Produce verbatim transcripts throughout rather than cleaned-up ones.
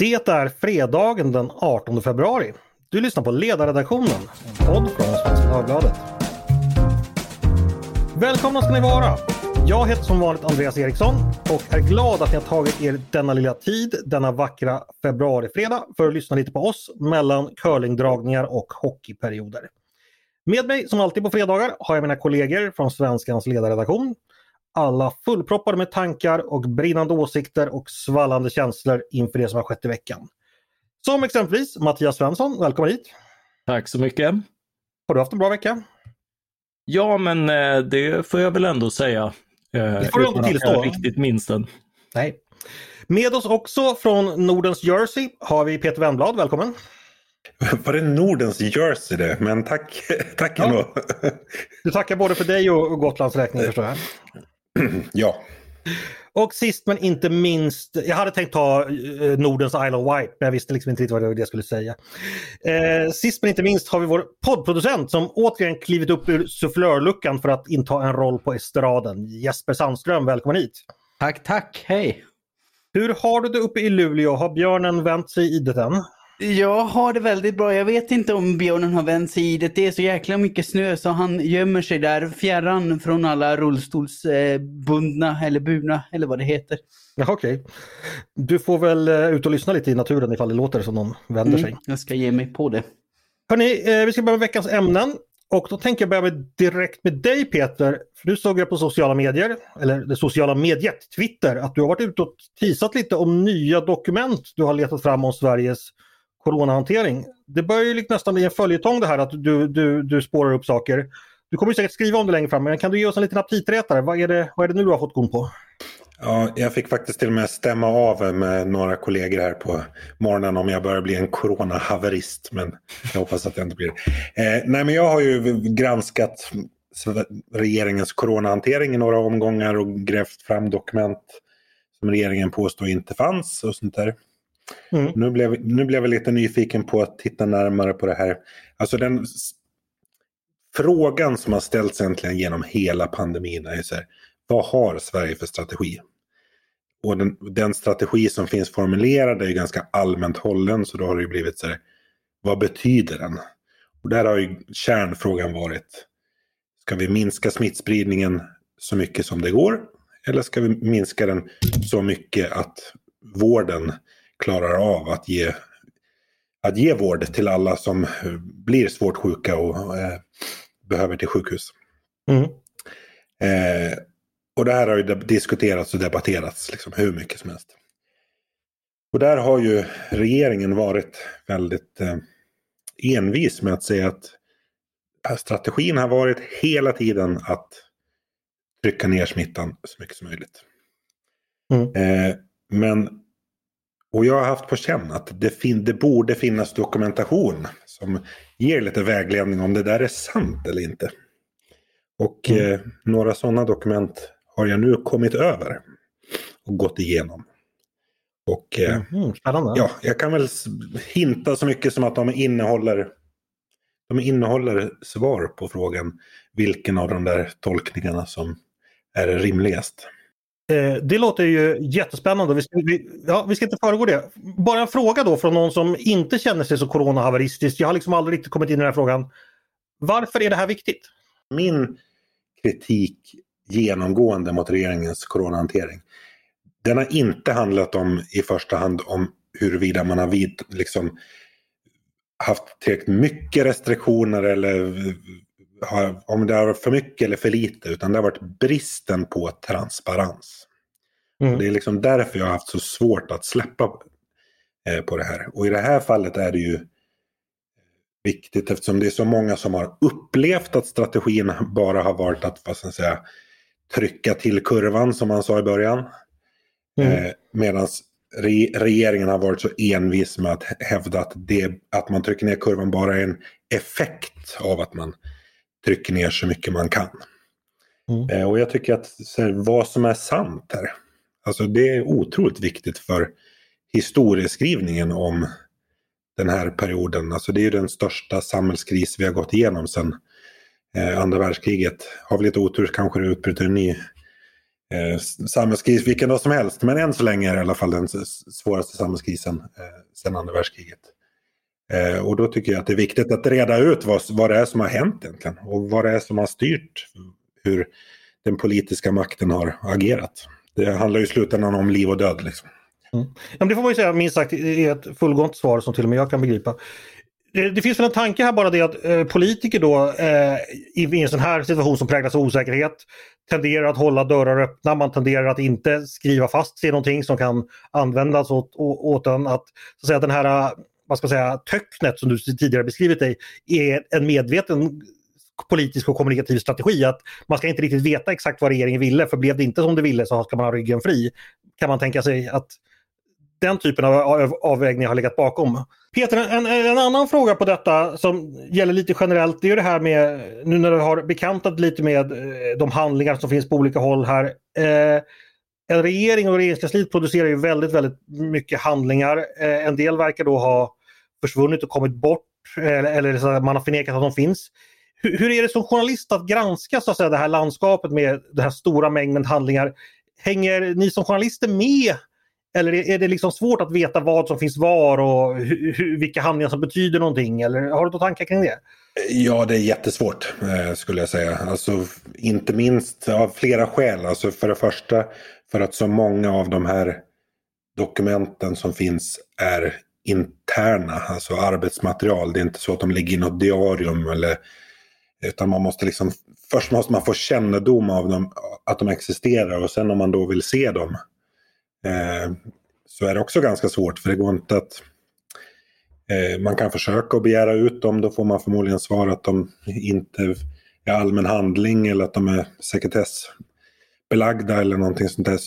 Det är fredagen den artonde februari. Du lyssnar på Ledarredaktionen, en podd från Svenska Dagbladet. Välkomna ska ni vara. Jag heter som vanligt Andreas Eriksson och är glad att ni har tagit er denna lilla tid, denna vackra februarifredag, för att lyssna lite på oss mellan curlingdragningar och hockeyperioder. Med mig som alltid på fredagar har jag mina kollegor från Svenskans ledarredaktion. Alla fullproppade med tankar och brinnande åsikter och svallande känslor inför det som har skett i veckan. Som exempelvis Mattias Svensson, välkommen hit. Tack så mycket. Har du haft en bra vecka? Ja, men det får jag väl ändå säga. Det får du inte tillstå. Jag riktigt minst den. Nej. Med oss också från Nordens Jersey har vi Peter Wennblad, välkommen. Var det Nordens Jersey det? Men tack, tack ja. ändå. Du tackar både för dig och Gotlands räkning, förstår jag. Ja. Och sist men inte minst, jag hade tänkt ta eh, Nordens Isle of Wight, men jag visste liksom inte riktigt vad det var jag skulle säga. Eh, sist men inte minst har vi vår poddproducent som återigen klivit upp ur sufflörluckan för att inta en roll på estraden. Jesper Sandström, välkommen hit. Tack, tack, hej. Hur har du det uppe i Luleå? Har björnen vänt sig i idet än? Jag har det väldigt bra. Jag vet inte om björnen har vänt sig i det. Det är så jäkla mycket snö så han gömmer sig där fjärran från alla rullstolsbundna eller burna eller vad det heter. Ja, okej. Okay. Du får väl ut och lyssna lite i naturen ifall det låter som någon vänder sig. Mm, jag ska ge mig på det. Hörrni, vi ska börja med veckans ämnen. Och då tänker jag börja med direkt med dig, Peter. För du såg jag på sociala medier, eller det sociala mediet, Twitter, att du har varit ute och teasat lite om nya dokument du har letat fram om Sveriges coronahantering. Det börjar ju nästan bli en följetong det här att du, du, du spårar upp saker. Du kommer ju säkert skriva om det längre fram, men kan du ge oss en liten aptiträtare? Vad är det, vad är det nu du har fått kon på? Ja, jag fick faktiskt till och med stämma av med några kollegor här på morgonen om jag börjar bli en coronahaverist, men jag hoppas att jag inte blir det. Eh, nej, men jag har ju granskat regeringens coronahantering i några omgångar och grävt fram dokument som regeringen påstår inte fanns och sånt där. Mm. Nu, blev, nu blev jag lite nyfiken på att titta närmare på det här. Alltså den frågan som har ställts egentligen genom hela pandemin är så här, vad har Sverige för strategi? Och den, den strategi som finns formulerad är ju ganska allmänt hållen, så då har det ju blivit så här, vad betyder den? Och där har ju kärnfrågan varit, ska vi minska smittspridningen så mycket som det går? Eller ska vi minska den så mycket att vården klarar av att ge, att ge vård till alla som blir svårt sjuka och eh, behöver till sjukhus. Mm. Eh, och det här har ju diskuterats och debatterats liksom hur mycket som helst. Och där har ju regeringen varit väldigt eh, envis med att säga att strategin har varit hela tiden att trycka ner smittan så mycket som möjligt. Mm. Eh, men Och jag har haft på känn att det, fin- det borde finnas dokumentation som ger lite vägledning om det där är sant eller inte. Och mm. eh, några sådana dokument har jag nu kommit över och gått igenom. Och eh, mm, spännande. Ja, jag kan väl hinta så mycket som att de innehåller, de innehåller svar på frågan vilken av de där tolkningarna som är rimligast. Det låter ju jättespännande. Vi ska, vi, ja, vi ska inte föregå det. Bara en fråga då från någon som inte känner sig så coronahaveristisk. Jag har liksom aldrig riktigt kommit in i den här frågan. Varför är det här viktigt? Min kritik genomgående mot regeringens coronahantering, den har inte handlat om i första hand om huruvida man har vid, liksom, haft tillräckligt mycket restriktioner eller har, om det har varit för mycket eller för lite, utan det har varit bristen på transparens. Mm. Det är liksom därför jag har haft så svårt att släppa eh, på det här. Och i det här fallet är det ju viktigt eftersom det är så många som har upplevt att strategin bara har varit att vad ska jag säga, trycka till kurvan som man sa i början. Mm. Eh, Medan re- regeringen har varit så envis med att hävda att, det, att man trycker ner kurvan bara är en effekt av att man trycker ner så mycket man kan. Mm. Eh, och jag tycker att så här, vad som är sant här, alltså det är otroligt viktigt för historieskrivningen om den här perioden. Alltså det är ju den största samhällskris vi har gått igenom sedan eh, andra världskriget. Har vi lite otur kanske det utbryter en ny eh, samhällskris, vilken dag som helst. Men än så länge är det i alla fall den svåraste samhällskrisen eh, sedan andra världskriget. Eh, och då tycker jag att det är viktigt att reda ut vad, vad det är som har hänt egentligen. Och vad det är som har styrt hur den politiska makten har agerat. Det handlar ju i slutändan om liv och död liksom. Mm. Ja, det får man ju säga minst sagt är ett fullgångt svar som till och med jag kan begripa. Det, det finns väl en tanke här bara det att eh, politiker då eh, i, i en sån här situation som präglas av osäkerhet tenderar att hålla dörrar öppna, man tenderar att inte skriva fast sig i någonting som kan användas åt, åt en att, så att säga, den här, vad ska jag säga, töcknet som du tidigare beskrivit dig är en medveten politisk och kommunikativ strategi, att man ska inte riktigt veta exakt vad regeringen ville, för blev det inte som det ville så ska man ha ryggen fri. Kan man tänka sig att den typen av avvägningar har legat bakom? Peter, en, en annan fråga på detta som gäller lite generellt, det är ju det här med, nu när du har bekantat lite med de handlingar som finns på olika håll här. Eh, en regering och regeringskansliet producerar ju väldigt, väldigt mycket handlingar. Eh, en del verkar då ha försvunnit och kommit bort, eller, eller så man har förnekat att de finns. Hur, hur är det som journalist att granska så att säga, det här landskapet med den här stora mängden handlingar? Hänger ni som journalister med? Eller är det liksom svårt att veta vad som finns var och hur, vilka handlingar som betyder någonting? Eller har du några tankar kring det? Ja, det är jättesvårt skulle jag säga. Alltså, inte minst av flera skäl. Alltså, för det första för att så många av de här dokumenten som finns är interna, alltså arbetsmaterial. Det är inte så att de ligger i något diarium eller, utan man måste liksom, först måste man få kännedom av dem, att de existerar, och sen om man då vill se dem eh, så är det också ganska svårt, för det går inte att eh, man kan försöka att begära ut dem, då får man förmodligen svara att de inte är allmän handling eller att de är sekretessbelagda eller någonting sånt där.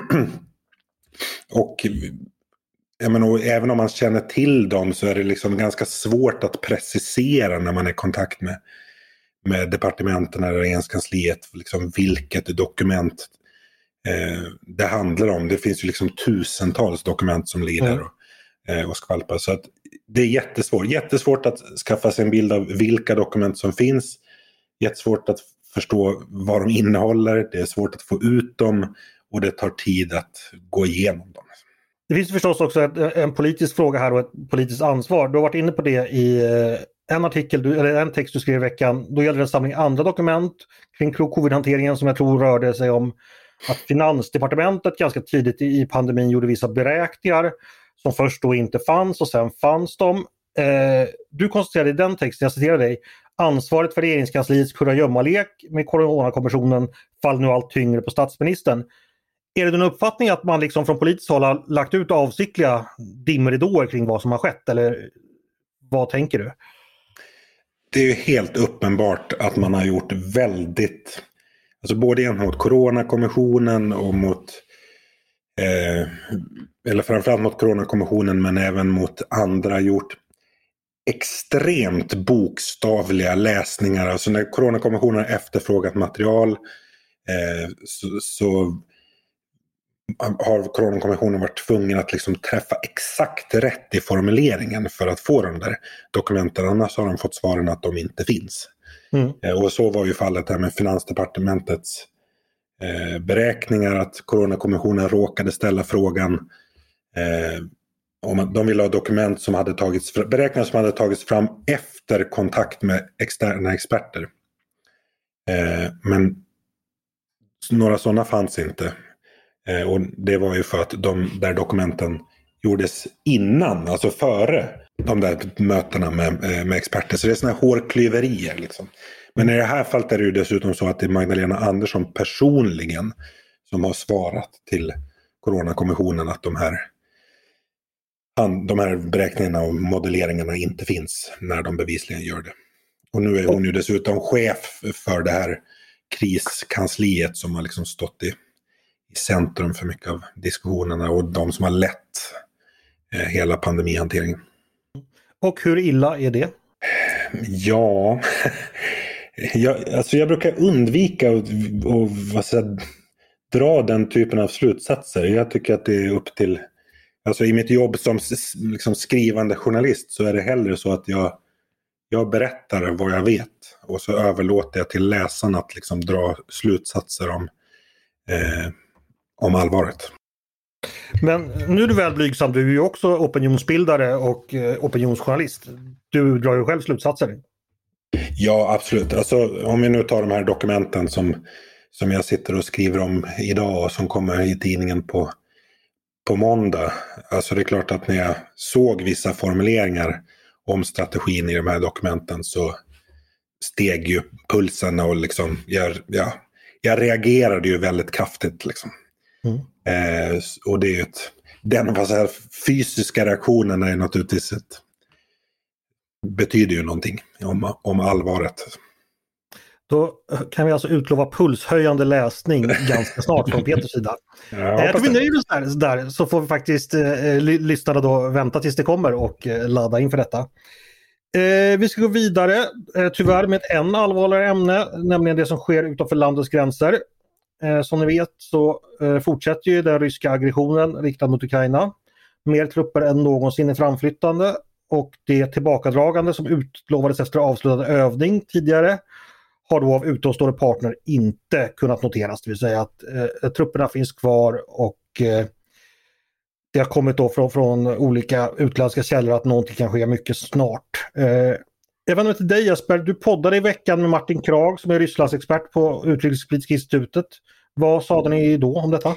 Och jag menar, även om man känner till dem så är det liksom ganska svårt att precisera när man är i kontakt med, med departementen eller regeringskansliet, liksom vilket dokument eh, det handlar om. Det finns ju liksom tusentals dokument som ligger där och, eh, och skvalpar. Så att det är jättesvårt. Jättesvårt att skaffa sig en bild av vilka dokument som finns. Jättesvårt att förstå vad de innehåller. Det är svårt att få ut dem och det tar tid att gå igenom dem. Det finns förstås också ett, en politisk fråga här och ett politiskt ansvar. Du har varit inne på det i en artikel, eller en text du skrev i veckan. Då gäller det en samling andra dokument kring covid-hanteringen som jag tror rörde sig om att Finansdepartementet ganska tidigt i pandemin gjorde vissa beräkningar som först då inte fanns och sen fanns de. Eh, du konstaterade i den texten, jag citerar dig, ansvaret för regeringskansliets kurragömmalek med coronakommissionen faller nu allt tyngre på statsministern. Är det en uppfattning att man liksom från politiskt håll har lagt ut avsiktliga dimridåer kring vad som har skett, eller vad tänker du? Det är ju helt uppenbart att man har gjort väldigt, alltså både mot coronakommissionen och mot eh, eller framförallt mot coronakommissionen men även mot andra, gjort extremt bokstavliga läsningar. Alltså när coronakommissionen har efterfrågat material eh, så, så har coronakommissionen varit tvungen att liksom träffa exakt rätt i formuleringen för att få de där dokumenten. Annars har de fått svaren att de inte finns. Mm. Eh, och så var ju fallet här med Finansdepartementets eh, beräkningar, att coronakommissionen råkade ställa frågan eh, om att de ville ha dokument som hade tagits, beräkningar som hade tagits fram efter kontakt med externa experter. Eh, men några sådana fanns inte. Eh, och det var ju för att de där dokumenten gjordes innan, alltså före de där mötena med, med experter. Så det är såna här hårklyverier liksom. Men i det här fallet är det ju dessutom så att det är Magdalena Andersson personligen som har svarat till coronakommissionen att de här de här beräkningarna och modelleringarna inte finns när de bevisligen gör det. Och nu är hon ju dessutom chef för det här kriskansliet som har liksom stått i, i centrum för mycket av diskussionerna och de som har lett eh, hela pandemihanteringen. Och hur illa är det? Ja, jag, alltså jag brukar undvika att och, vad säger, dra den typen av slutsatser. Jag tycker att det är upp till, alltså i mitt jobb som liksom skrivande journalist så är det hellre så att jag, jag berättar vad jag vet och så överlåter jag till läsarna att liksom dra slutsatser om eh, om allvaret. Men nu är du väl blygsam, du är ju också opinionsbildare och eh, opinionsjournalist. Du drar ju själv slutsatser. Ja, absolut. Alltså, om vi nu tar de här dokumenten som, som jag sitter och skriver om idag och som kommer i tidningen på, på måndag. Alltså det är klart att när jag såg vissa formuleringar om strategin i de här dokumenten så steg ju pulsen och liksom, jag, ja, jag reagerade ju väldigt kraftigt liksom. Mm. Eh, och det är ju ett, den vad så här, fysiska reaktionen är naturligtvis ett, betyder ju någonting om, om allvaret. Då kan vi alltså utlova pulshöjande läsning ganska snart från Peters sida. Ja, jag tror vi nöjer oss där, där så får vi faktiskt eh, lyssnarna då vänta tills det kommer och eh, ladda in för detta. Eh, vi ska gå vidare, eh, tyvärr med ett än allvarligare ämne, nämligen det som sker utanför landets gränser. Eh, som ni vet så eh, fortsätter ju den ryska aggressionen riktad mot Ukraina. Mer trupper än någonsin är framflyttande och det tillbakadragande som utlovades efter avslutad övning tidigare har då av utomstående partner inte kunnat noteras. Det vill säga att eh, trupperna finns kvar och eh, det har kommit då från, från olika utländska källor att någonting kan ske mycket snart. Eh, jag vänder mig till dig Jesper, du poddade i veckan med Martin Krag som är Rysslandsexpert på Utrikespolitiska institutet. Vad sa ni då om detta?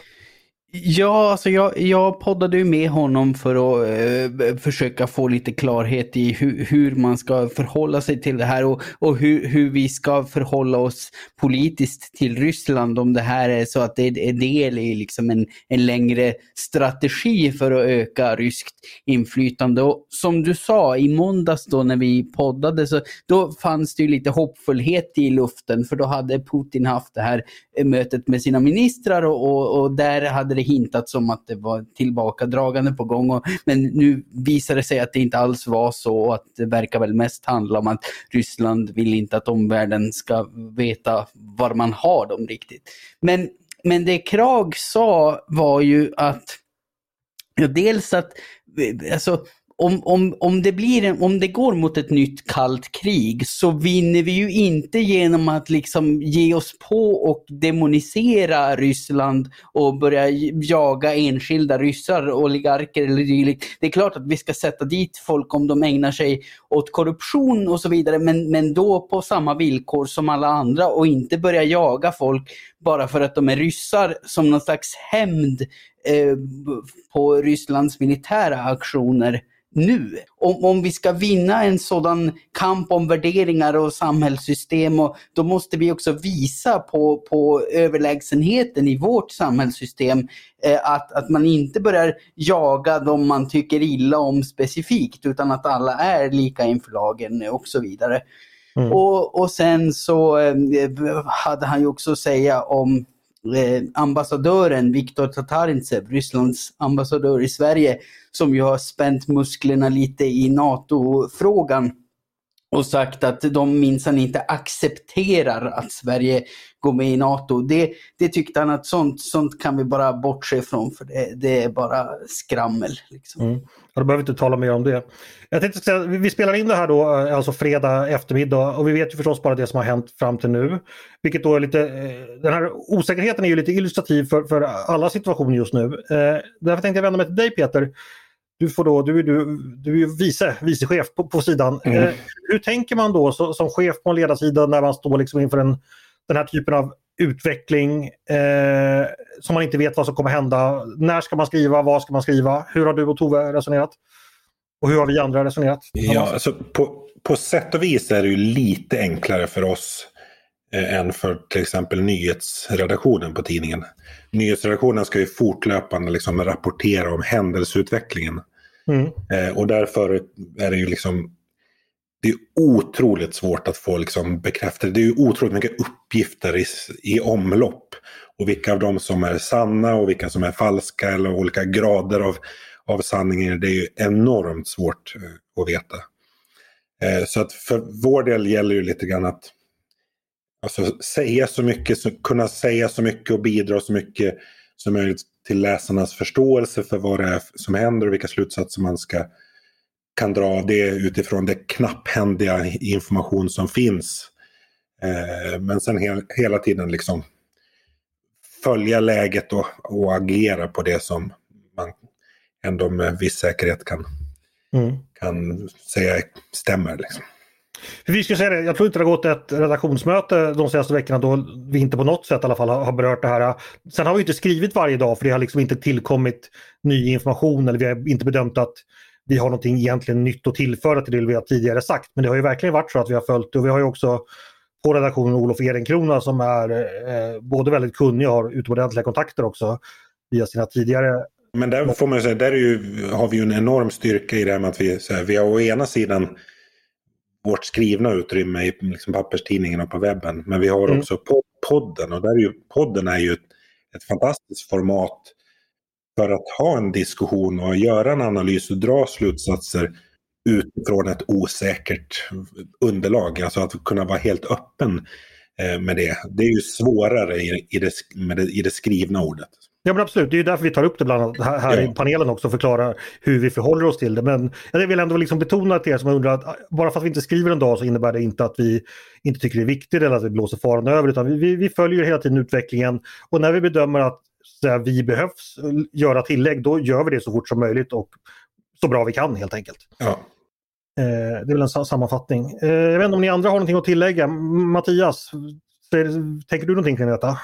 Ja, alltså jag, jag poddade ju med honom för att eh, försöka få lite klarhet i hu, hur man ska förhålla sig till det här och, och hur, hur vi ska förhålla oss politiskt till Ryssland, om det här är så att det är del i liksom en, en längre strategi för att öka ryskt inflytande. Och som du sa, i måndags då när vi poddade så då fanns det ju lite hoppfullhet i luften, för då hade Putin haft det här mötet med sina ministrar och, och, och där hade det hintats om att det var tillbakadragande på gång. Och, men nu visar det sig att det inte alls var så och att det verkar väl mest handla om att Ryssland vill inte att omvärlden ska veta var man har dem riktigt. Men, men det Krag sa var ju att ja, dels att alltså Om, om, om, det blir en, om det går mot ett nytt kallt krig så vinner vi ju inte genom att liksom ge oss på och demonisera Ryssland och börja jaga enskilda ryssar, oligarker eller dylikt. Det är klart att vi ska sätta dit folk om de ägnar sig åt korruption och så vidare, men, men då på samma villkor som alla andra och inte börja jaga folk bara för att de är ryssar som någon slags hämnd eh, på Rysslands militära aktioner. Nu. Om, om vi ska vinna en sådan kamp om värderingar och samhällssystem, och då måste vi också visa på, på överlägsenheten i vårt samhällssystem, eh, att, att man inte börjar jaga dem man tycker illa om specifikt, utan att alla är lika inför lagen och så vidare. Mm. Och, och sen så eh, hade han ju också att säga om Eh, ambassadören Viktor Tatarintsev, Rysslands ambassadör i Sverige, som ju har spänt musklerna lite i NATO-frågan och sagt att de minsann inte accepterar att Sverige går med i NATO. Det, det tyckte han att sånt, sånt kan vi bara bortse ifrån, för det, det är bara skrammel. Liksom. Mm. Ja, då behöver vi inte tala mer om det. Jag tänkte säga, vi spelar in det här då, alltså fredag eftermiddag, och vi vet ju förstås bara det som har hänt fram till nu. Vilket då är lite, den här osäkerheten är ju lite illustrativ för, för alla situationer just nu. Eh, därför tänkte jag vända mig till dig Peter. Du, får då, du, du, du är ju vice, vicechef på, på sidan. Mm. Eh, hur tänker man då så, som chef på en ledarsida när man står liksom inför en, den här typen av utveckling eh, som man inte vet vad som kommer hända? När ska man skriva? Vad ska man skriva? Hur har du och Tove resonerat? Och hur har vi andra resonerat? Ja, alltså på, på sätt och vis är det ju lite enklare för oss eh, än för till exempel nyhetsredaktionen på tidningen. Nyhetsredaktionen ska ju fortlöpande liksom rapportera om händelseutvecklingen. Mm. Eh, och därför är det ju liksom det är otroligt svårt att få liksom bekräftat. Det är ju otroligt mycket uppgifter i, i omlopp. Och vilka av dem som är sanna och vilka som är falska eller olika grader av, av sanningen. Det är ju enormt svårt eh, att veta. Eh, så att för vår del gäller ju lite grann att alltså, säga så mycket, så, kunna säga så mycket och bidra så mycket som möjligt till läsarnas förståelse för vad det är som händer och vilka slutsatser man ska kan dra av det utifrån det knapphändiga information som finns. Eh, men sen he- hela tiden liksom följa läget och, och agera på det som man ändå med viss säkerhet kan, mm. kan säga stämmer. Liksom. Vi ska säga det, jag tror inte det har gått ett redaktionsmöte de senaste veckorna då vi inte på något sätt i alla fall har berört det här. Sen har vi inte skrivit varje dag för det har liksom inte tillkommit ny information eller vi har inte bedömt att vi har någonting egentligen nytt att tillföra till det vi har tidigare sagt. Men det har ju verkligen varit så att vi har följt och vi har ju också på redaktionen Olof Ehrenkrona som är eh, både väldigt kunnig och har utomordentliga kontakter också via sina tidigare. Men där får man ju säga, där är ju, har vi ju en enorm styrka i det här med att vi, så här, vi har å ena sidan vårt skrivna utrymme i liksom papperstidningen och på webben. Men vi har mm. också podden och där är ju, podden är ju ett, ett fantastiskt format för att ha en diskussion och göra en analys och dra slutsatser utifrån ett osäkert underlag. Alltså att kunna vara helt öppen med det. Det är ju svårare i, i, det, med det, i det skrivna ordet. Ja men absolut, det är ju därför vi tar upp det bland annat här, här ja. i panelen också och förklarar hur vi förhåller oss till det. Men jag vill ändå liksom betona till er som undrar att bara för att vi inte skriver en dag så innebär det inte att vi inte tycker det är viktigt eller att vi blåser faran över utan vi, vi, vi följer hela tiden utvecklingen och när vi bedömer att så här, vi behövs göra tillägg då gör vi det så fort som möjligt och så bra vi kan helt enkelt. Ja. Eh, det är väl en sammanfattning. Eh, jag vet inte om ni andra har någonting att tillägga. Mattias, tänker du någonting kring detta?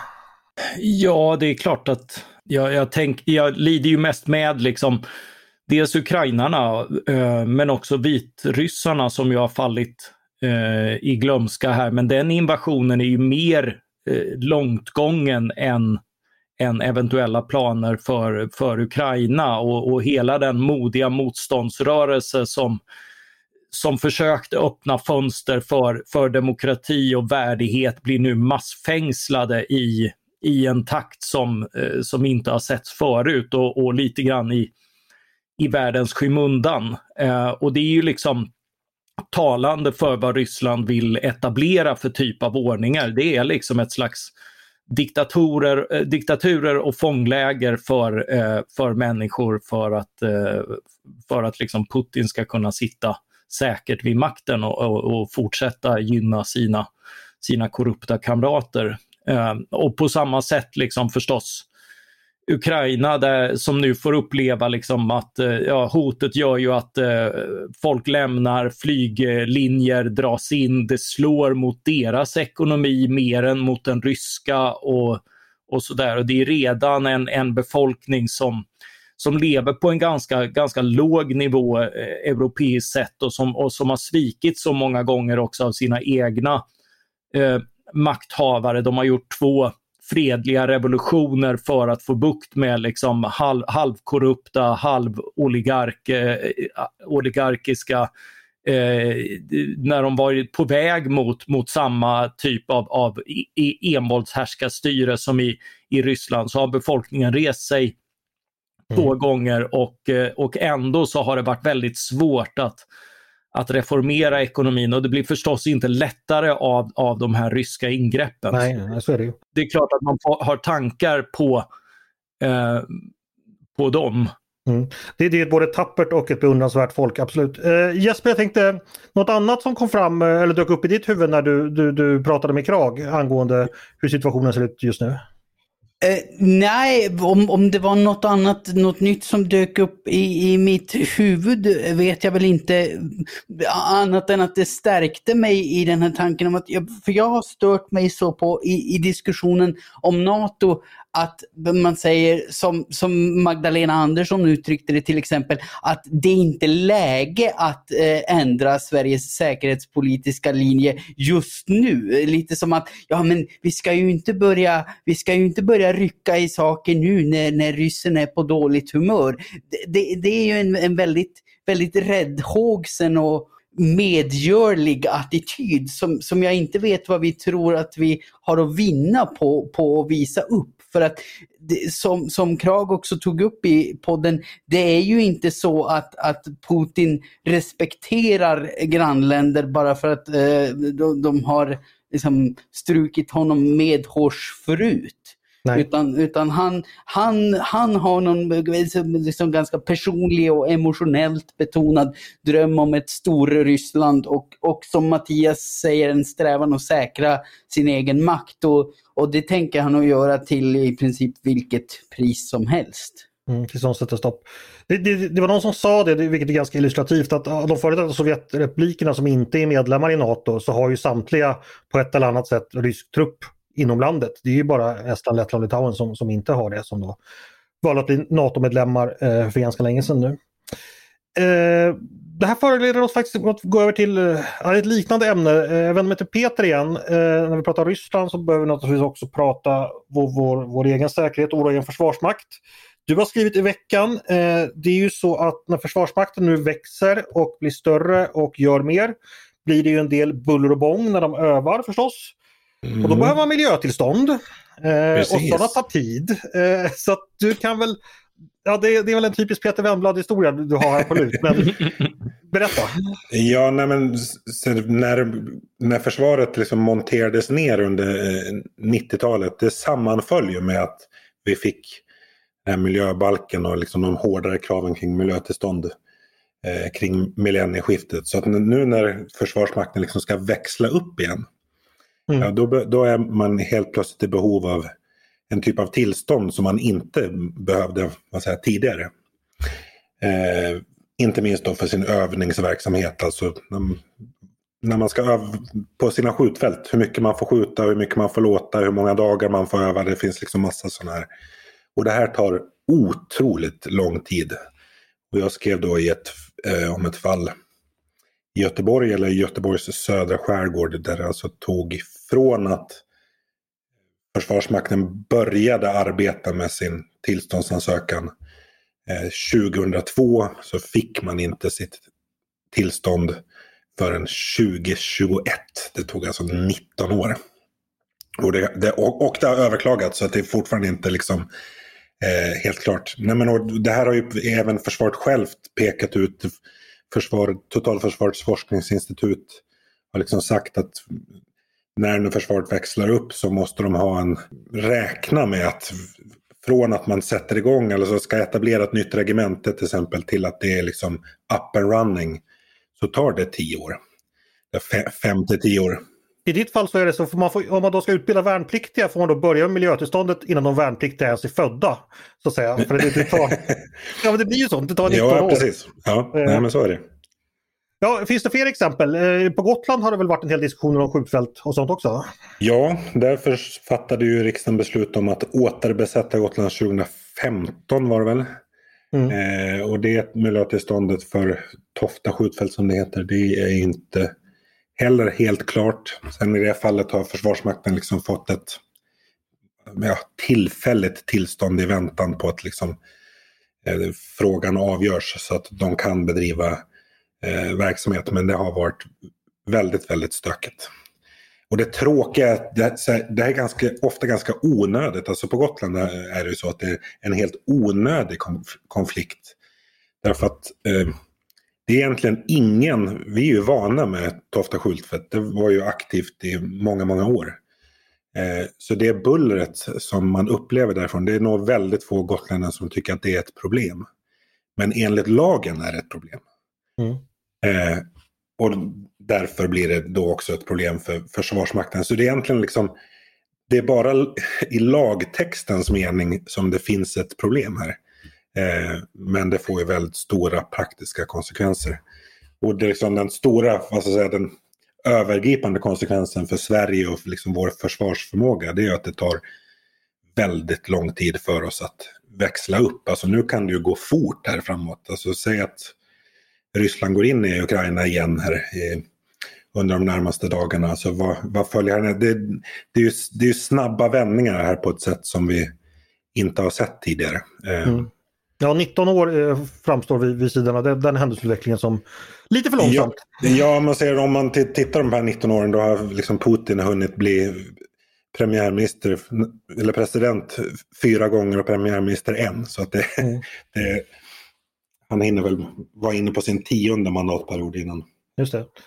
Ja, det är klart att jag, jag, tänk, jag lider ju mest med liksom dels ukrainarna eh, men också vitryssarna som ju har fallit eh, i glömska här. Men den invasionen är ju mer eh, långtgången än, än eventuella planer för, för Ukraina och, och hela den modiga motståndsrörelse som som försökte öppna fönster för, för demokrati och värdighet blir nu massfängslade i, i en takt som, eh, som inte har setts förut och, och lite grann i, i världens skymundan. Eh, och det är ju liksom talande för vad Ryssland vill etablera för typ av ordningar. Det är liksom ett slags diktatorer, eh, diktaturer och fångläger för, eh, för människor för att, eh, för att liksom Putin ska kunna sitta säkert vid makten och, och, och fortsätta gynna sina, sina korrupta kamrater. Eh, och på samma sätt liksom förstås Ukraina där, som nu får uppleva liksom att eh, ja, hotet gör ju att eh, folk lämnar, flyglinjer dras in, det slår mot deras ekonomi mer än mot den ryska och, och sådär. Och det är redan en, en befolkning som som lever på en ganska, ganska låg nivå eh, europeiskt sett och som, och som har svikit så många gånger också av sina egna eh, makthavare. De har gjort två fredliga revolutioner för att få bukt med liksom halv, halvkorrupta, halvoligark, eh, oligarkiska eh, när de var på väg mot, mot samma typ av, av envåldshärskarstyre som i, i Ryssland, så har befolkningen rest sig två mm. gånger och, och ändå så har det varit väldigt svårt att, att reformera ekonomin och det blir förstås inte lättare av, av de här ryska ingreppen. Nej, så är det ju. Det är klart att man har tankar på, eh, på dem. Mm. Det, det är både tappert och ett beundransvärt folk, absolut. Eh, Jesper, jag tänkte något annat som kom fram eller dök upp i ditt huvud när du, du, du pratade med Krag angående hur situationen ser ut just nu? Uh, nej, om, om det var något annat, något nytt som dök upp i, i mitt huvud vet jag väl inte, annat än att det stärkte mig i den här tanken om att jag, för jag har stört mig så på i, i diskussionen om NATO att man säger som, som Magdalena Andersson uttryckte det till exempel, att det är inte läge att eh, ändra Sveriges säkerhetspolitiska linje just nu. Lite som att ja men vi ska ju inte börja vi ska ju inte börja rycka i saker nu när, när ryssen är på dåligt humör. Det, det, det är ju en, en väldigt, väldigt räddhågsen och medgörlig attityd som, som jag inte vet vad vi tror att vi har att vinna på, på att visa upp. För att det, som, som Krag också tog upp i podden, det är ju inte så att, att Putin respekterar grannländer bara för att eh, de, de har liksom strukit honom med hårs förut. Utan, utan han, han, han har någon liksom ganska personlig och emotionellt betonad dröm om ett stor Ryssland och, och som Mattias säger en strävan att säkra sin egen makt och, och det tänker han att göra till i princip vilket pris som helst. Mm, till sånt sätter stopp. Det, det, det var någon som sa det, vilket är ganska illustrativt, att de före Sovjetrepublikerna som inte är medlemmar i NATO så har ju samtliga på ett eller annat sätt rysk trupp inom landet. Det är ju bara Estland, Lettland och Litauen som, som inte har det, som då valde att bli NATO-medlemmar eh, för ganska länge sedan nu. Eh, det här föreleder oss faktiskt att gå över till eh, ett liknande ämne. Eh, jag vänder mig till Peter igen. Eh, när vi pratar Ryssland så behöver vi naturligtvis också prata vår, vår, vår egen säkerhet och vår egen försvarsmakt. Du har skrivit i veckan, eh, det är ju så att när försvarsmakten nu växer och blir större och gör mer blir det ju en del buller och bång när de övar förstås. Mm. Och då behöver man miljötillstånd eh, och sådana tar tid. Eh, så att du kan väl, ja det, det är väl en typisk Peter Wennblad historia du har här på lut, men berätta. Ja, nej, men när, när försvaret liksom monterades ner under eh, nittiotalet, det sammanföll ju med att vi fick den här miljöbalken och liksom de hårdare kraven kring miljötillstånd eh, kring millennieskiftet. Så att nu när försvarsmakten liksom ska växla upp igen, mm. ja, då, då är man helt plötsligt i behov av en typ av tillstånd som man inte behövde vad säger, tidigare. Eh, inte minst då för sin övningsverksamhet, alltså när, när man ska öva på sina skjutfält, hur mycket man får skjuta, hur mycket man får låta, hur många dagar man får öva, det finns liksom massa sådana här. Och det här tar otroligt lång tid. Och jag skrev då i ett, eh, om ett fall i Göteborg eller i Göteborgs södra skärgård där det alltså tog från att Försvarsmakten började arbeta med sin tillståndsansökan eh, tjugohundratvå så fick man inte sitt tillstånd förrän tjugohundratjugoett. Det tog alltså nitton år. Och det, det, och, och det har överklagats så att det är fortfarande inte liksom eh, helt klart. Nej, men, och det här har ju även försvaret självt pekat ut. Försvar, Totalförsvarets forskningsinstitut har liksom sagt att när nu försvaret växlar upp så måste de ha en räkna med att från att man sätter igång eller så ska etablera ett nytt regemente till exempel till att det är liksom up and running så tar det tio år. Fem till tio år. I ditt fall så är det så, för man får, om man då ska utbilda värnpliktiga får man då börja med miljötillståndet innan de värnpliktiga ens är födda. Så att säga. För det, det, tar, ja, men det blir ju så, det tar nitton ja, år. Precis. Ja, precis. Nej, men så är det. Ja, finns det fler exempel? På Gotland har det väl varit en hel diskussion om skjutfält och sånt också? Ja, därför fattade ju riksdagen beslut om att återbesätta Gotland tjugohundrafemton var det väl. Mm. Eh, och det miljötillståndet för Tofta skjutfält som det heter, det är inte heller helt klart. Sen i det fallet har Försvarsmakten liksom fått ett ja, tillfälligt tillstånd i väntan på att liksom, eh, frågan avgörs så att de kan bedriva eh, verksamhet. Men det har varit väldigt, väldigt stökigt. Och det tråkiga är att det, det är ganska, ofta ganska onödigt. Alltså på Gotland är det ju så att det är en helt onödig konflikt. Därför att eh, det är egentligen ingen, vi är ju vana med Tofta skjutfält, det var ju aktivt i många, många år. Eh, så det bullret som man upplever därifrån, det är nog väldigt få gotlänningar som tycker att det är ett problem. Men enligt lagen är det ett problem. Mm. Eh, och därför blir det då också ett problem för Försvarsmakten. Så det är egentligen liksom, det är bara i lagtextens mening som det finns ett problem här. Eh, men det får ju väldigt stora praktiska konsekvenser. Och det är liksom den stora, vad ska jag säga, den övergripande konsekvensen för Sverige och för liksom vår försvarsförmåga, det är att det tar väldigt lång tid för oss att växla upp. Alltså nu kan det ju gå fort här framåt. Alltså säg att Ryssland går in i Ukraina igen här i, under de närmaste dagarna. Alltså vad, vad följer här? Det, det, är ju, det är ju snabba vändningar här på ett sätt som vi inte har sett tidigare. Mm. Ja, nitton år eh, framstår vid, vid sidan av den, den händelseutvecklingen som lite för långsamt. Ja, ja man ser om man t- tittar de här nitton åren, då har liksom Putin hunnit bli premiärminister eller president fyra gånger och premiärminister en. Så att det, mm. det, han hinner väl vara inne på sin tionde mandatperiod innan. Just det.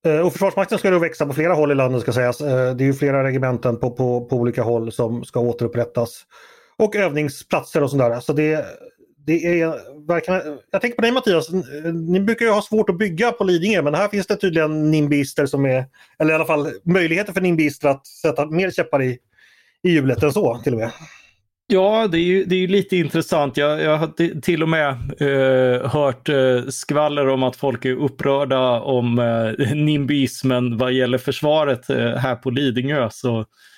Och Försvarsmakten ska då växa på flera håll i landet ska sägas. Det är ju flera regementen på, på, på olika håll som ska återupprättas. Och övningsplatser och sådär. Så det, det är verkligen... Jag tänker på dig Mattias, ni brukar ju ha svårt att bygga på Lidingö, men här finns det tydligen nimbister som är... Eller i alla fall möjligheter för nimbister att sätta mer käppar i, i hjulet än så till och med. Ja, det är ju, det är ju lite intressant. Jag, jag har till och med eh, hört eh, skvaller om att folk är upprörda om eh, nimbismen vad gäller försvaret eh, här på Lidingö. Så,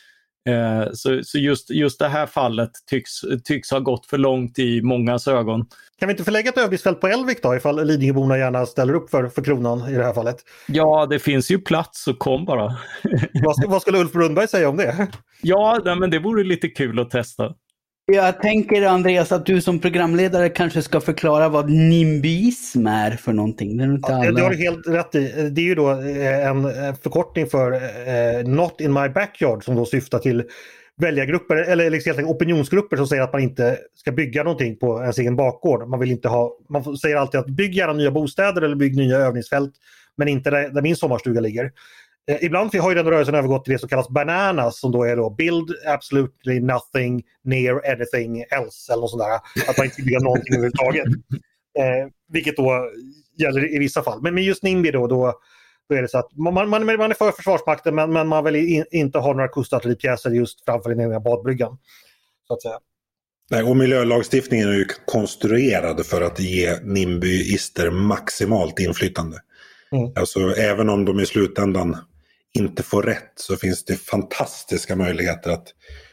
eh, så, så just, just det här fallet tycks, tycks ha gått för långt i mångas ögon. Kan vi inte förlägga ett övningsfält på Älvik då, ifall Lidingöborna gärna ställer upp för, för kronan i det här fallet? Ja, det finns ju plats, så kom bara. vad, vad skulle Ulf Brunnberg säga om det? Ja, nej, men det vore lite kul att testa. Jag tänker Andreas att du som programledare kanske ska förklara vad nimbism är för någonting. Det, är inte alla... ja, det har du helt rätt i. Det är ju då en förkortning för eh, Not in my backyard som då syftar till väljargrupper eller liksom opinionsgrupper som säger att man inte ska bygga någonting på ens egen bakgård. Man vill inte ha, man säger alltid att bygg gärna nya bostäder eller bygg nya övningsfält, men inte där, där min sommarstuga ligger. Eh, ibland har ju den rörelsen övergått till det som kallas bananas, som då är då build absolutely nothing near anything else eller något sånt där. Att man inte bygger någonting överhuvudtaget. Eh, vilket då gäller i vissa fall. Men med just NIMBY då, då, då är det så att man, man, man är för Försvarsmakten, men, men man vill in, inte ha några kustartilleripjäser just framför den egna badbryggan. Så att säga. Nej, och miljölagstiftningen är ju konstruerad för att ge nimbyister maximalt inflytande. Mm. Alltså även om de i slutändan inte får rätt, så finns det fantastiska möjligheter att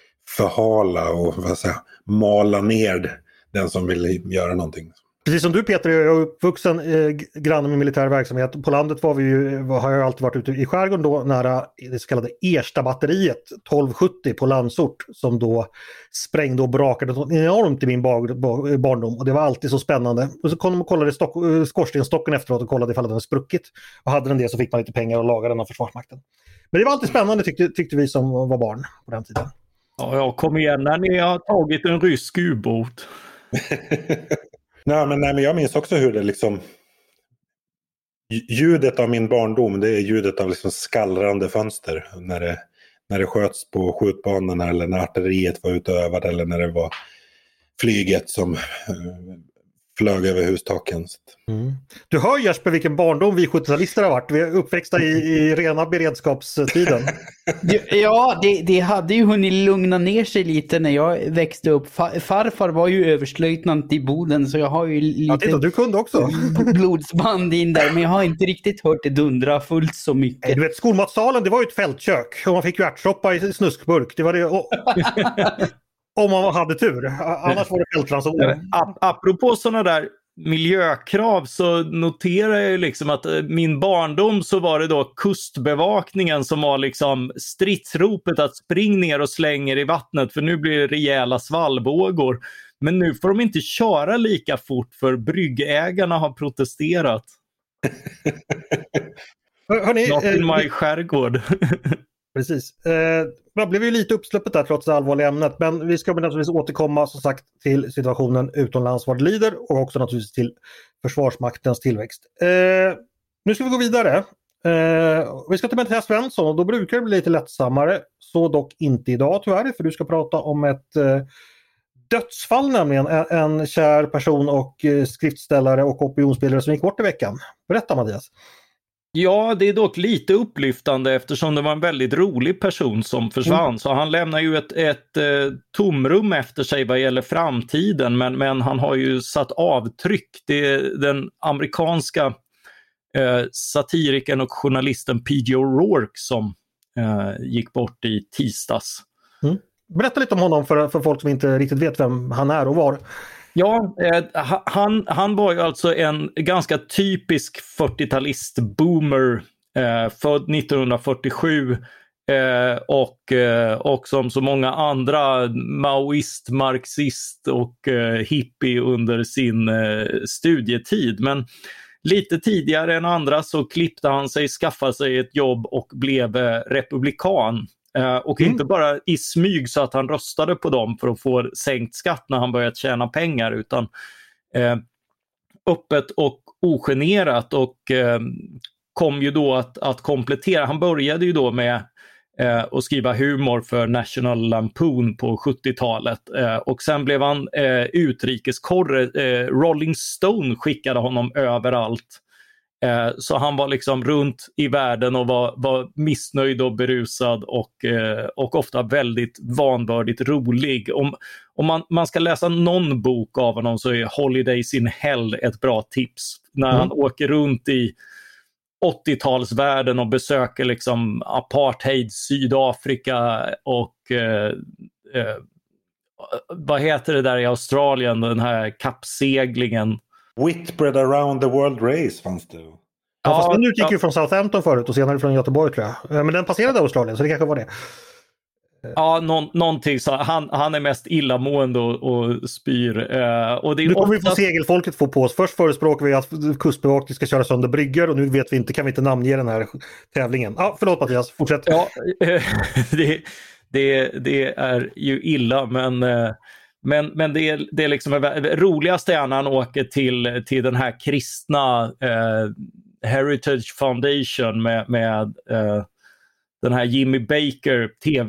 förhala och vad säga, mala ner den som vill göra någonting. Precis som du Peter, jag är uppvuxen eh, granne med militär verksamhet. På landet var vi ju, har jag alltid varit ute i skärgården då, nära det så kallade Ersta-batteriet tolv sjuttio på Landsort, som då sprängde och brakade enormt i min bar- barndom. Och det var alltid så spännande. Och så kom de och kollade stock- skorstenstocken efteråt och kollade ifall den hade spruckit. Och hade den det så fick man lite pengar och laga den av Försvarsmakten. Men det var alltid spännande tyckte, tyckte vi som var barn på den tiden. Ja, jag kom igen när ni har tagit en rysk ubåt. nej, men, nej, men jag minns också hur det liksom... Ljudet av min barndom, det är ljudet av liksom skallrande fönster. När det, när det sköts på skjutbanorna eller när artilleriet var ute och övade eller när det var flyget som flög över hustaken. Mm. Du hör Jesper vilken barndom vi sjuttio-talister har varit. Vi är uppväxta i, i rena beredskapstiden. Ja, det, det hade ju hunnit lugna ner sig lite när jag växte upp. Farfar var ju överstlöjtnant i Boden, så jag har ju lite ja, titta, du kunde också. blodsband in där, men jag har inte riktigt hört det dundra fullt så mycket. Du vet, skolmatsalen, det var ju ett fältkök och man fick ju ärtsoppa i snuskburk. Det var det... Och... Om man hade tur. Annars var det fältranson. Apropå sådana där miljökrav, så noterar jag liksom att min barndom så var det då kustbevakningen som var liksom stridsropet att spring ner och slänger i vattnet, för nu blir det rejäla svallvågor. Men nu får de inte köra lika fort för bryggägarna har protesterat. Hörrni, Not in my skärgård. Precis. Eh, det blev ju lite uppsläppet där trots det allvarliga ämnet, men vi ska naturligtvis återkomma som sagt till situationen utomlands vad det lider och också naturligtvis till Försvarsmaktens tillväxt. Eh, nu ska vi gå vidare. Eh, vi ska till Mattias Svensson och då brukar det bli lite lättsammare, så dock inte idag tyvärr, för du ska prata om ett eh, dödsfall, nämligen en, en kär person och eh, skriftställare och opinionsbildare som gick bort i veckan. Berätta Mattias. Ja, det är dock lite upplyftande eftersom det var en väldigt rolig person som försvann. Mm. Så han lämnar ju ett, ett eh, tomrum efter sig vad gäller framtiden. Men, men han har ju satt avtryck. Det är den amerikanska eh, satirikern och journalisten P J O'Rourke som eh, gick bort i tisdags. Mm. Berätta lite om honom för, för folk som inte riktigt vet vem han är och var. Ja, eh, han, han var ju alltså en ganska typisk fyrtiotalist-boomer, eh, född nittonhundrafyrtiosju eh, och, eh, och som så många andra maoist, marxist och eh, hippie under sin eh, studietid. Men lite tidigare än andra så klippte han sig, skaffade sig ett jobb och blev eh, republikan. Uh, och mm. inte bara i smyg så att han röstade på dem för att få sänkt skatt när han börjat tjäna pengar, utan uh, öppet och ogenerat och uh, kom ju då att, att komplettera. Han började ju då med eh, att skriva humor för National Lampoon på sjuttiotalet. Eh, och sen blev han eh, utrikeskorre. Eh, Rolling Stone skickade honom överallt. Eh, så han var liksom runt i världen och var, var missnöjd och berusad och, eh, och ofta väldigt vanvördigt rolig. Om, om man, man ska läsa någon bok av honom så är Holidays in Hell ett bra tips. När mm. han åker runt i åttiotalsvärlden och besöker liksom apartheid, Sydafrika och eh, eh, vad heter det där i Australien, den här kappseglingen. Whitbread around the world race fanns det. Ja, ja, fast den utgick ja. ju från Southampton förut och senare från Göteborg tror jag. Men den passerade Australien så det kanske var det. Ja, någon, någonting så. Han, han är mest illamående och, och spyr. Uh, och det är nu kommer ofta... vi få segelfolket få på oss. Först förespråkar vi att kustbevakning ska köra sönder brygger och nu vet vi inte, kan vi inte namnge den här tävlingen. Ja, förlåt Mattias, fortsätt. Ja, det, det, det är ju illa men... Uh... Men, men det är, det är liksom roligaste är när han åker till, till den här kristna eh, Heritage Foundation med, med eh, den här Jimmy Baker,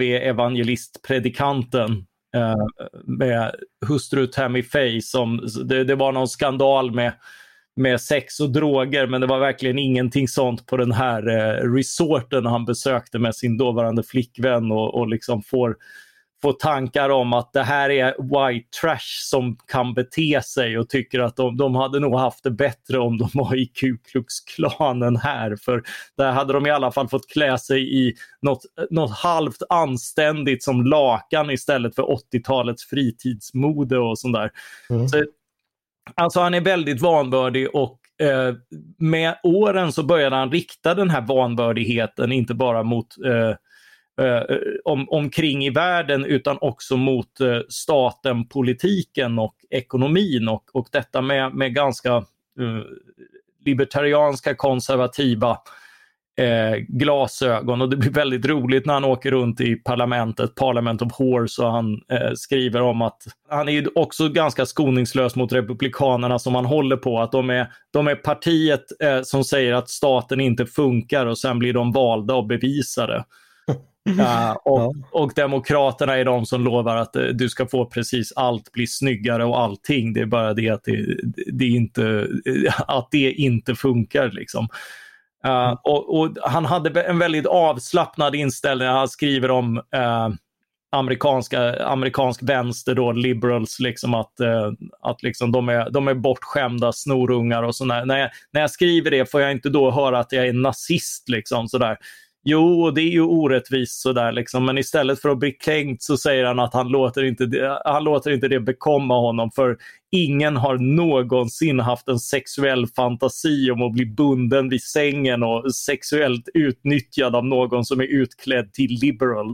tv-evangelistpredikanten eh, med hustru Tammy Faye. Som, det, det var någon skandal med, med sex och droger, men det var verkligen ingenting sånt på den här eh, resorten han besökte med sin dåvarande flickvän och, och liksom får få tankar om att det här är white trash som kan bete sig och tycker att de, de hade nog haft det bättre om de var i Ku Klux Klanen här. För där hade de i alla fall fått klä sig i något, något halvt anständigt som lakan istället för åttiotalets fritidsmode och sånt där. Mm. Så, alltså han är väldigt vanvördig och eh, med åren så började han rikta den här vanvördigheten inte bara mot eh, Uh, om, omkring i världen utan också mot uh, staten, politiken och ekonomin och, och detta med, med ganska uh, libertarianska konservativa uh, glasögon. Och det blir väldigt roligt när han åker runt i parlamentet, Parliament of Horse, och han uh, skriver om att han är ju också ganska skoningslös mot republikanerna som han håller på, att de är, de är partiet uh, som säger att staten inte funkar och sen blir de valda och bevisade. Uh, och, ja. och demokraterna är de som lovar att uh, du ska få precis allt, bli snyggare och allting. Det är bara det att det, det, inte, uh, att det inte funkar liksom. Uh, mm. och, och han hade en väldigt avslappnad inställning. Han skriver om uh, amerikanska, amerikansk vänster då, liberals, liksom att, uh, att liksom de, är, de är bortskämda snorungar och sådär. När jag, när jag skriver det får jag inte då höra att jag är nazist liksom sådär. Jo, det är ju orättvist sådär liksom, men istället för att bli kränkt så säger han att han låter inte det, han låter inte det bekomma honom, för ingen har någonsin haft en sexuell fantasi om att bli bunden vid sängen och sexuellt utnyttjad av någon som är utklädd till liberal.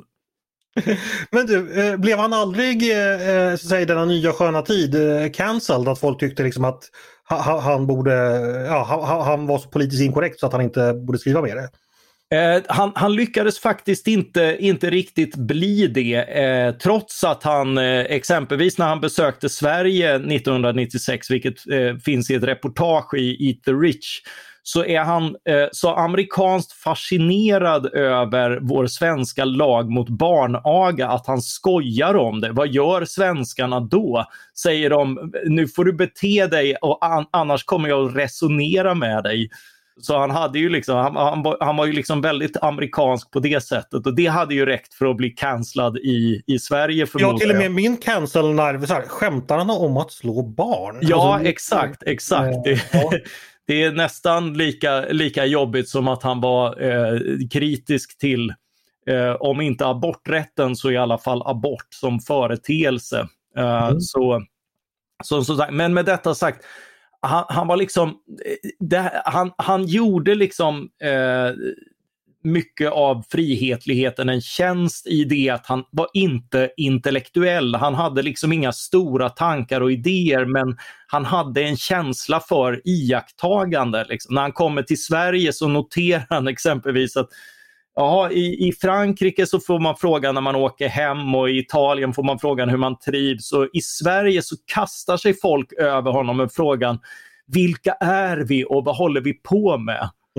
Men du, blev han aldrig så att säga, denna nya sköna tid cancelled, att folk tyckte liksom att han borde, ja, han var så politiskt inkorrekt så att han inte borde skriva med det? Eh, han, han lyckades faktiskt inte, inte riktigt bli det eh, trots att han eh, exempelvis när han besökte Sverige nittonhundranittiosex, vilket eh, finns i ett reportage i Eat the Rich, så är han eh, så amerikanskt fascinerad över vår svenska lag mot barnaga att han skojar om det. Vad gör svenskarna då? Säger de, nu får du bete dig och an- annars kommer jag att resonera med dig. Så han hade ju liksom, han, han, var, han var ju liksom väldigt amerikansk på det sättet, och det hade ju räckt för att bli cancellad i, i Sverige förmodligen. Ja, till och med min cancel-nerv, så här, skämtar han om att slå barn? Ja, alltså, exakt, exakt. Äh, det, ja. det är nästan lika, lika jobbigt som att han var eh, kritisk till, eh, om inte aborträtten så i alla fall abort som företeelse. Eh, mm. så, så, så, men med detta sagt, Han, han var liksom, det, han, han gjorde liksom eh, mycket av frihetligheten en tjänst i det att han var inte intellektuell. Han hade liksom inga stora tankar och idéer, men han hade en känsla för iakttagande. Liksom. När han kommer till Sverige så noterar han exempelvis att ja, i, i Frankrike så får man frågan när man åker hem, och i Italien får man frågan hur man trivs, och i Sverige så kastar sig folk över honom med frågan: vilka är vi och vad håller vi på med? Mm.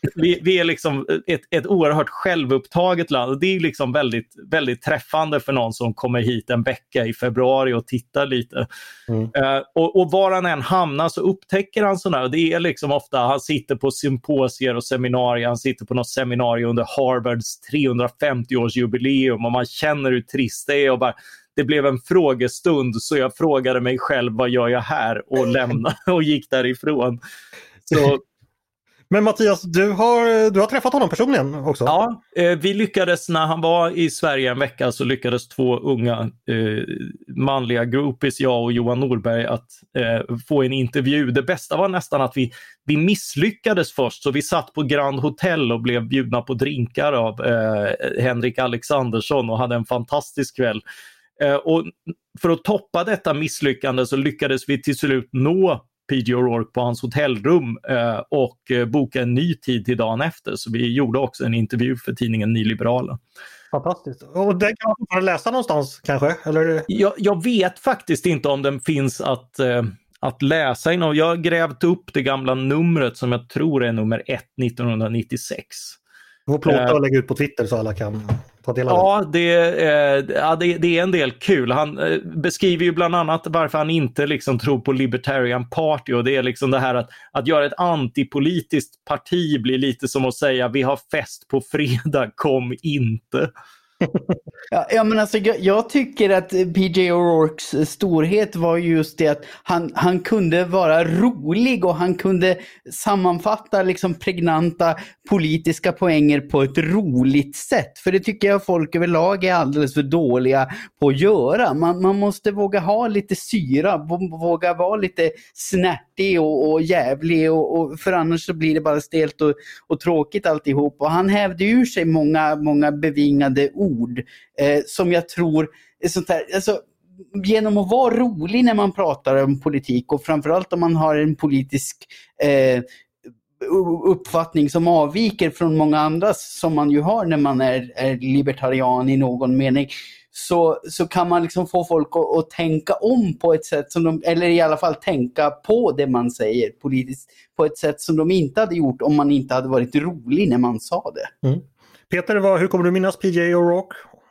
vi, vi är liksom ett, ett oerhört självupptaget land. Det är liksom väldigt, väldigt träffande för någon som kommer hit en vecka i februari och tittar lite. Mm. Uh, och, och var han än hamnar så upptäcker han sådana här. Det är liksom ofta, han sitter på symposier och seminarier. Han sitter på något seminarium under Harvards trehundrafemtio-årsjubileum och man känner hur trist det är och bara... Det blev en frågestund så jag frågade mig själv vad gör jag här och lämnade och gick därifrån. Så... Men Mattias, du har, du har träffat honom personligen också? Ja, eh, vi lyckades när han var i Sverige en vecka så lyckades två unga eh, manliga groupies, jag och Johan Norberg, att eh, få en intervju. Det bästa var nästan att vi, vi misslyckades först så vi satt på Grand Hotel och blev bjudna på drinkar av eh, Henrik Alexandersson och hade en fantastisk kväll. Uh, och för att toppa detta misslyckande så lyckades vi till slut nå P J O'Rourke på hans hotellrum uh, och uh, boka en ny tid till dagen efter. Så vi gjorde också en intervju för tidningen Nyliberalen. Fantastiskt. Och den kan man läsa någonstans kanske? Eller? Jag, jag vet faktiskt inte om den finns att, uh, att läsa inom. Jag har grävt upp det gamla numret som jag tror är nummer ett nittonhundranittiosex. Du får plåta och lägga ut på Twitter så alla kan ta del av det. Ja, det, eh, ja det, det är en del kul. Han eh, beskriver ju bland annat varför han inte liksom tror på Libertarian Party och det är liksom det här att, att göra ett antipolitiskt parti blir lite som att säga vi har fest på fredag, kom inte. Ja, ja, men alltså, jag, jag tycker att P J O'Rourkes storhet var just det att han, han kunde vara rolig och han kunde sammanfatta liksom pregnanta politiska poänger på ett roligt sätt. För det tycker jag folk överlag är alldeles för dåliga på att göra. Man, man måste våga ha lite syra, våga vara lite snärtig och, och jävlig och, och för annars så blir det bara stelt och, och tråkigt alltihop. Och han hävde ur sig många, många bevingade ord eh, som jag tror är sånt här, alltså, genom att vara rolig när man pratar om politik och framförallt om man har en politisk eh, uppfattning som avviker från många andras som man ju har när man är, är libertarian i någon mening, så, så kan man liksom få folk att, att tänka om på ett sätt som de, eller i alla fall tänka på det man säger politiskt på ett sätt som de inte hade gjort om man inte hade varit rolig när man sa det. Mm. Peter, vad, hur kommer du minnas P J O'Rourke?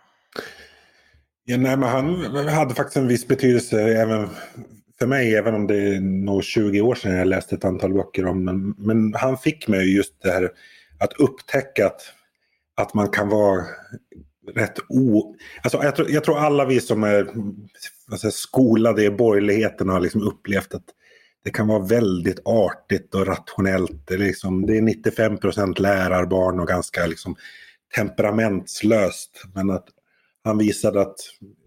Ja, nej, men han hade faktiskt en viss betydelse även för mig, även om det är nog tjugo år sedan jag läste ett antal böcker om. Men, men han fick mig just det här att upptäcka att, att man kan vara rätt o... Alltså, jag, tror, jag tror alla vi som är alltså, skolade i borgerligheten har liksom upplevt att det kan vara väldigt artigt och rationellt. Det är, liksom, det är nittiofem procent lärarbarn och ganska liksom, temperamentslöst. Men att han visade att,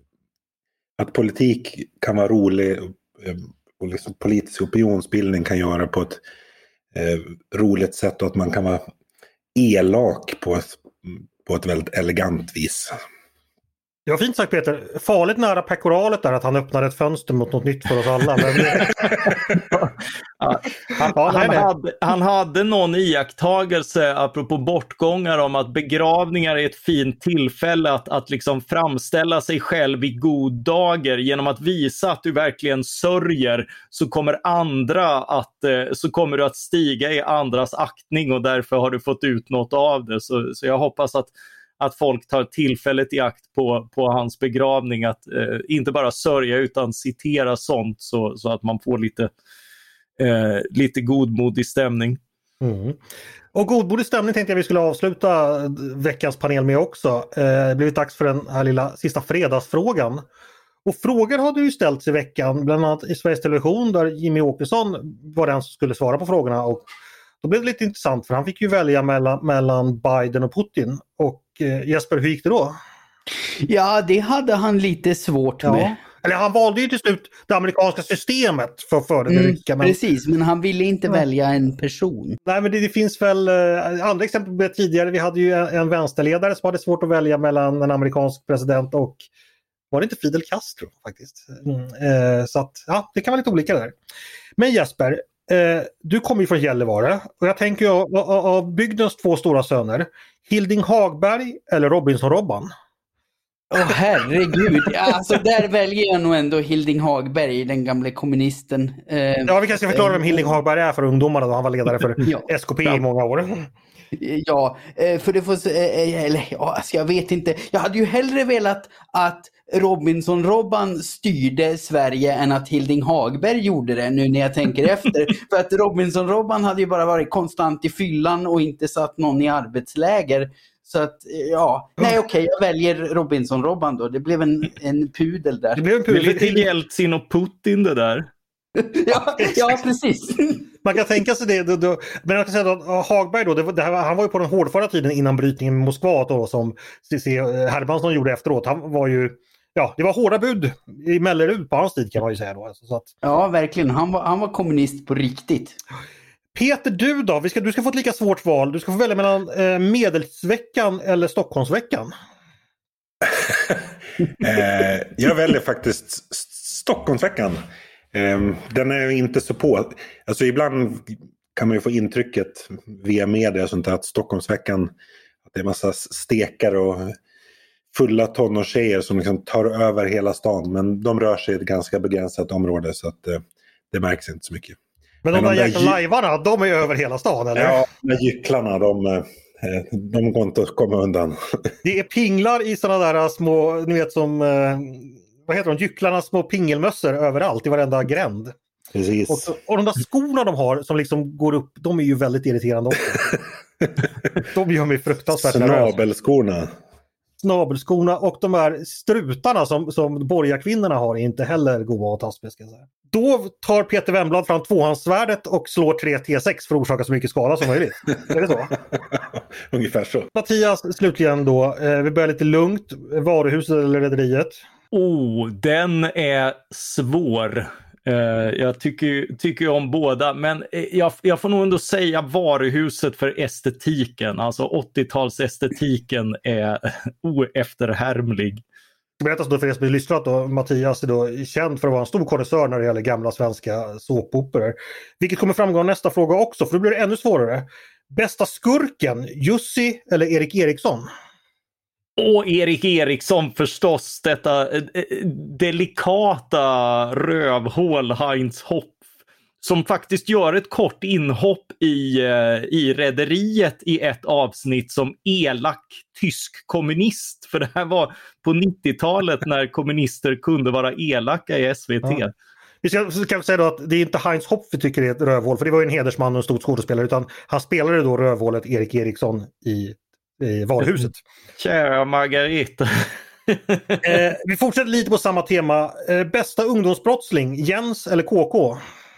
att politik kan vara rolig och liksom politisk opinionsbildning kan göra på ett eh, roligt sätt och att man kan vara elak på ett, på ett väldigt elegant vis. Det var fint sagt Peter. Farligt nära pekoralet där att han öppnade ett fönster mot något nytt för oss alla. Men... ja, han, ja, han, hade, han hade någon iakttagelse apropå bortgångar om att begravningar är ett fint tillfälle att, att liksom framställa sig själv i god dager genom att visa att du verkligen sörjer, så kommer andra att så kommer du att stiga i andras aktning och därför har du fått ut något av det. Så, så jag hoppas att att folk tar tillfället i akt på, på hans begravning att eh, inte bara sörja utan citera sånt så, så att man får lite, eh, lite godmodig stämning. Mm. Och godmodig stämning tänkte jag vi skulle avsluta veckans panel med också. Eh, det har blivit dags för den här lilla sista fredagsfrågan. Och frågor har du ju ställt i veckan, bland annat i Sveriges Television där Jimmy Åkesson var den som skulle svara på frågorna. Och då blev det lite intressant för han fick ju välja mellan, mellan Biden och Putin. Och eh, Jesper, hur gick det då? Ja, det hade han lite svårt ja. med. Eller han valde ju till slut det amerikanska systemet för, för det mm, ryska. Men... Precis, men han ville inte ja. välja en person. Nej, men det, det finns väl eh, andra exempel tidigare. Vi hade ju en, en vänsterledare som hade svårt att välja mellan en amerikansk president och var det inte Fidel Castro faktiskt. Mm, eh, så att, ja, det kan vara lite olika där. Men Jesper, Eh, du kommer ju från Gällivare och jag tänker ju av, av, av bygdens två stora söner, Hilding Hagberg eller Robinson Robban? Åh oh, herregud, alltså där väljer jag nog ändå Hilding Hagberg, den gamla kommunisten. Eh, ja, vi kanske ska förklara vem Hilding Hagberg är för ungdomarna då. Han var ledare för ja. S K P i många år. Ja, för det får, eller ja, alltså jag vet inte. Jag hade ju hellre velat att Robinson-Robban styrde Sverige än att Hilding Hagberg gjorde det, nu när jag tänker efter. För att Robinson-Robban hade ju bara varit konstant i fyllan och inte satt någon i arbetsläger. Så att, ja, nej okej, okay, jag väljer Robinson-Robban då. Det blev en, en pudel där. Det blev en pudel. Det är lite Jeltsin och Putin det där. ja, ja, precis. Man kan tänka sig det. Då, då, men jag kan säga att Hagberg då, det, det här, han var ju på den hårdföra tiden innan brytningen med Moskva då, som C C Hermansson gjorde efteråt. Han var ju, ja, det var hårda bud i Mellerud på hans tid kan man ju säga då. Så att... Ja, verkligen. Han var, han var kommunist på riktigt. Peter, du då? Vi ska, du ska få ett lika svårt val. Du ska få välja mellan eh, Medelsveckan eller Stockholmsveckan. eh, jag väljer faktiskt Stockholmsveckan. Eh, den är inte så på. Alltså ibland kan man ju få intrycket via media och sånt där, att Stockholmsveckan, att det är massa stekar och fulla tonårstjejer som liksom tar över hela stan. Men de rör sig i ett ganska begränsat område, så att eh, det märks inte så mycket. Men de, Men de där jäkla gy- lajvarna, de är över hela stan, eller? Ja, de där gycklarna, de, de går inte att komma undan. Det är pinglar i sådana där små, ni vet som, vad heter de, gycklarna, små pingelmössor överallt i varenda gränd. Precis. Och, och de där skorna de har som liksom går upp, de är ju väldigt irriterande också. De gör mig fruktansvärt nervös. Snabelskorna. Snabelskorna och de här strutarna som, som borgarkvinnorna har är inte heller goda att tas med, ska jag säga. Då tar Peter Wemblad fram tvåhandsvärdet och slår tre T sex för att orsaka så mycket skada som möjligt. Är det så? Ungefär så. Mattias, slutligen då. Eh, vi börjar lite lugnt. Varuhuset eller rederiet? Oh, den är svår. Uh, jag tycker, tycker om båda, men jag, jag får nog ändå säga varuhuset för estetiken. Alltså åttio-talsestetiken är oefterhärmlig. Berättas då för er som har lyssnat då, Mattias är då känd för att vara en stor konnässör när det gäller gamla svenska såpoperor. Vilket kommer framgå nästa fråga också, för då blir det ännu svårare. Bästa skurken, Jussi eller Erik Eriksson? Och Erik Eriksson förstås, detta eh, delikata rövhål Heinz Hopf, som faktiskt gör ett kort inhopp i, eh, i rederiet i ett avsnitt som elak tysk kommunist. För det här var på nittiotalet när kommunister kunde vara elaka i S V T. Ja. Vi ska, så kan vi säga då att det är inte Heinz Hopf vi tycker är ett rövhål, för det var ju en hedersman och en stor skådespelare, utan han spelade då rövhålet Erik Eriksson i i varuhuset. Kära Margareta. eh, vi fortsätter lite på samma tema. Eh, bästa ungdomsbrottsling, Jens eller K K?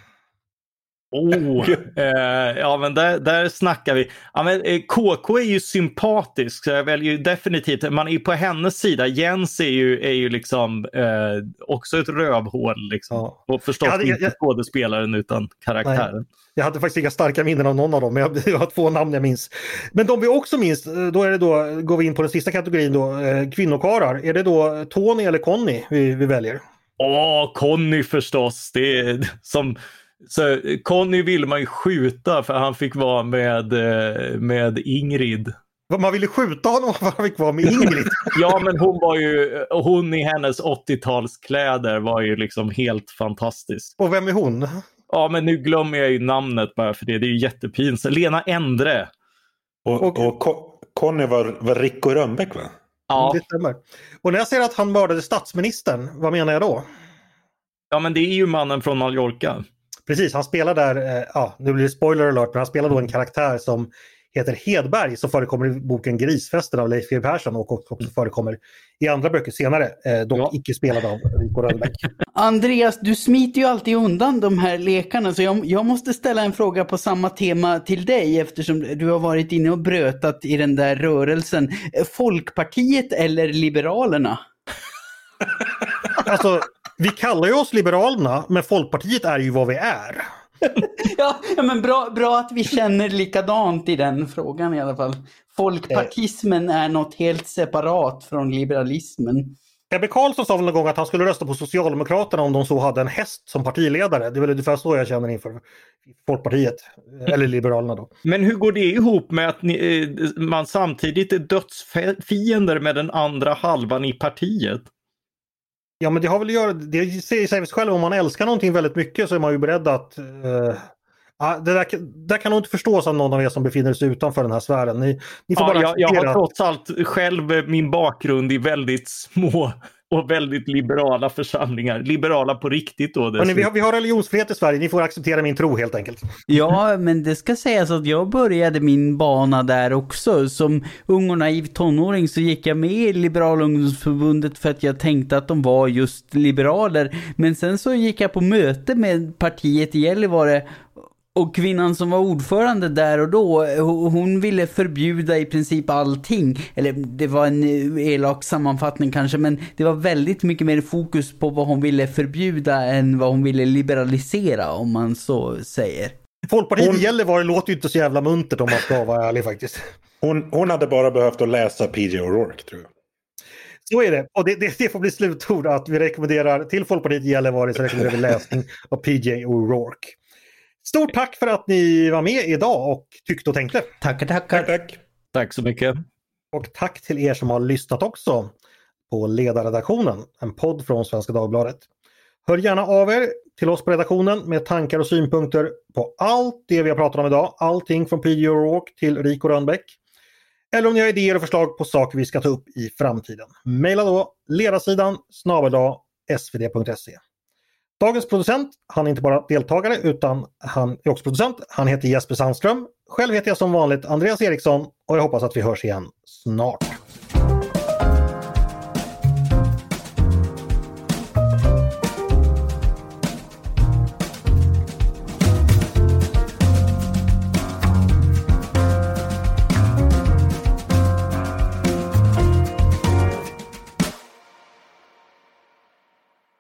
Oh, eh, ja men där, där snackar vi. Ja, men, eh, K K är ju sympatisk, så jag väljer ju definitivt, man är ju på hennes sida. Jens är ju, är ju liksom eh, också ett rövhål liksom. Ja. Och förstås jag hade, inte jag, skådespelaren utan karaktären. Nej. Jag hade faktiskt inga starka minnen av någon av dem, men jag, jag har två namn jag minns. Men de vi också minns, då är det då, går vi in på den sista kategorin då, eh, kvinnokarar. Är det då Tony eller Conny vi, vi väljer? Åh, Conny förstås. Det är som... Så Conny ville man ju skjuta för han fick vara med, med Ingrid. Man ville skjuta honom för han fick vara med Ingrid? Ja, men hon var ju, hon i hennes åttio-talskläder var ju liksom helt fantastisk. Och vem är hon? Ja, men nu glömmer jag ju namnet bara för det. Det är ju jättepinsamt. Lena Endre. Och, och, och Conny var, var Rico Rönnbäck, va? Ja. Det stämmer. Och när jag säger att han mördade statsministern, vad menar jag då? Ja, men det är ju mannen från Mallorca. Precis, han spelar där, eh, ja, nu blir det spoiler alert, men han spelar då en karaktär som heter Hedberg, som förekommer i boken Grisfesten av Leif G W Persson och också förekommer i andra böcker senare, eh, dock ja. icke spelad av Rico Rönnbäck. Andreas, du smiter ju alltid undan de här lekarna, så jag, jag måste ställa en fråga på samma tema till dig, eftersom du har varit inne och brötat i den där rörelsen. Folkpartiet eller Liberalerna? Alltså, vi kallar ju oss Liberalerna, men Folkpartiet är ju vad vi är. ja, ja, men bra, bra att vi känner likadant i den frågan i alla fall. Folkpartismen är något helt separat från liberalismen. Ebbe Carlsson sa väl någon gång att han skulle rösta på Socialdemokraterna om de så hade en häst som partiledare. Det är väl ungefär så jag känner inför Folkpartiet, eller Liberalerna då. Men hur går det ihop med att ni, man samtidigt är dödsfiender med den andra halvan i partiet? Ja, men det har väl att göra, det säger sig själv, om man älskar någonting väldigt mycket så är man ju beredd att uh, ja, det där, där kan nog inte förstås av någon av er som befinner sig utanför den här sfären. Ni, ni får ja, bara jag, jag har att... trots allt själv min bakgrund i väldigt små och väldigt liberala församlingar. Liberala på riktigt då. Ni, vi, har, vi har religionsfrihet i Sverige, ni får acceptera min tro helt enkelt. Ja, men det ska sägas att jag började min bana där också. Som ung och naiv tonåring så gick jag med i Liberala ungdomsförbundet för att jag tänkte att de var just liberaler. Men sen så gick jag på möte med partiet i Gällivare. Och kvinnan som var ordförande där och då, hon ville förbjuda i princip allting. Eller det var en elak sammanfattning kanske, men det var väldigt mycket mer fokus på vad hon ville förbjuda än vad hon ville liberalisera, om man så säger. Folkpartiet hon... i Gällivare låter ju inte så jävla muntert om man ska vara ärlig faktiskt. Hon, hon hade bara behövt att läsa P J O'Rourke, tror jag. Så är det. Och det, det, det får bli slutord att vi rekommenderar till Folkpartiet i Gällivare så rekommenderar vi läsning av P J O'Rourke. Stort tack för att ni var med idag och tyckte och tänkte. Tackar, tackar. Tack, tack. Tack så mycket. Och tack till er som har lyssnat också på Ledarredaktionen, en podd från Svenska Dagbladet. Hör gärna av er till oss på redaktionen med tankar och synpunkter på allt det vi har pratat om idag. Allting från P J O'Rourke till Rico Rönnbäck. Eller om ni har idéer och förslag på saker vi ska ta upp i framtiden. Maila då ledarsidan snabel-a s v d punkt se. Dagens producent, han är inte bara deltagare utan han är också producent. Han heter Jesper Sandström. Själv heter jag som vanligt Andreas Eriksson och jag hoppas att vi hörs igen snart.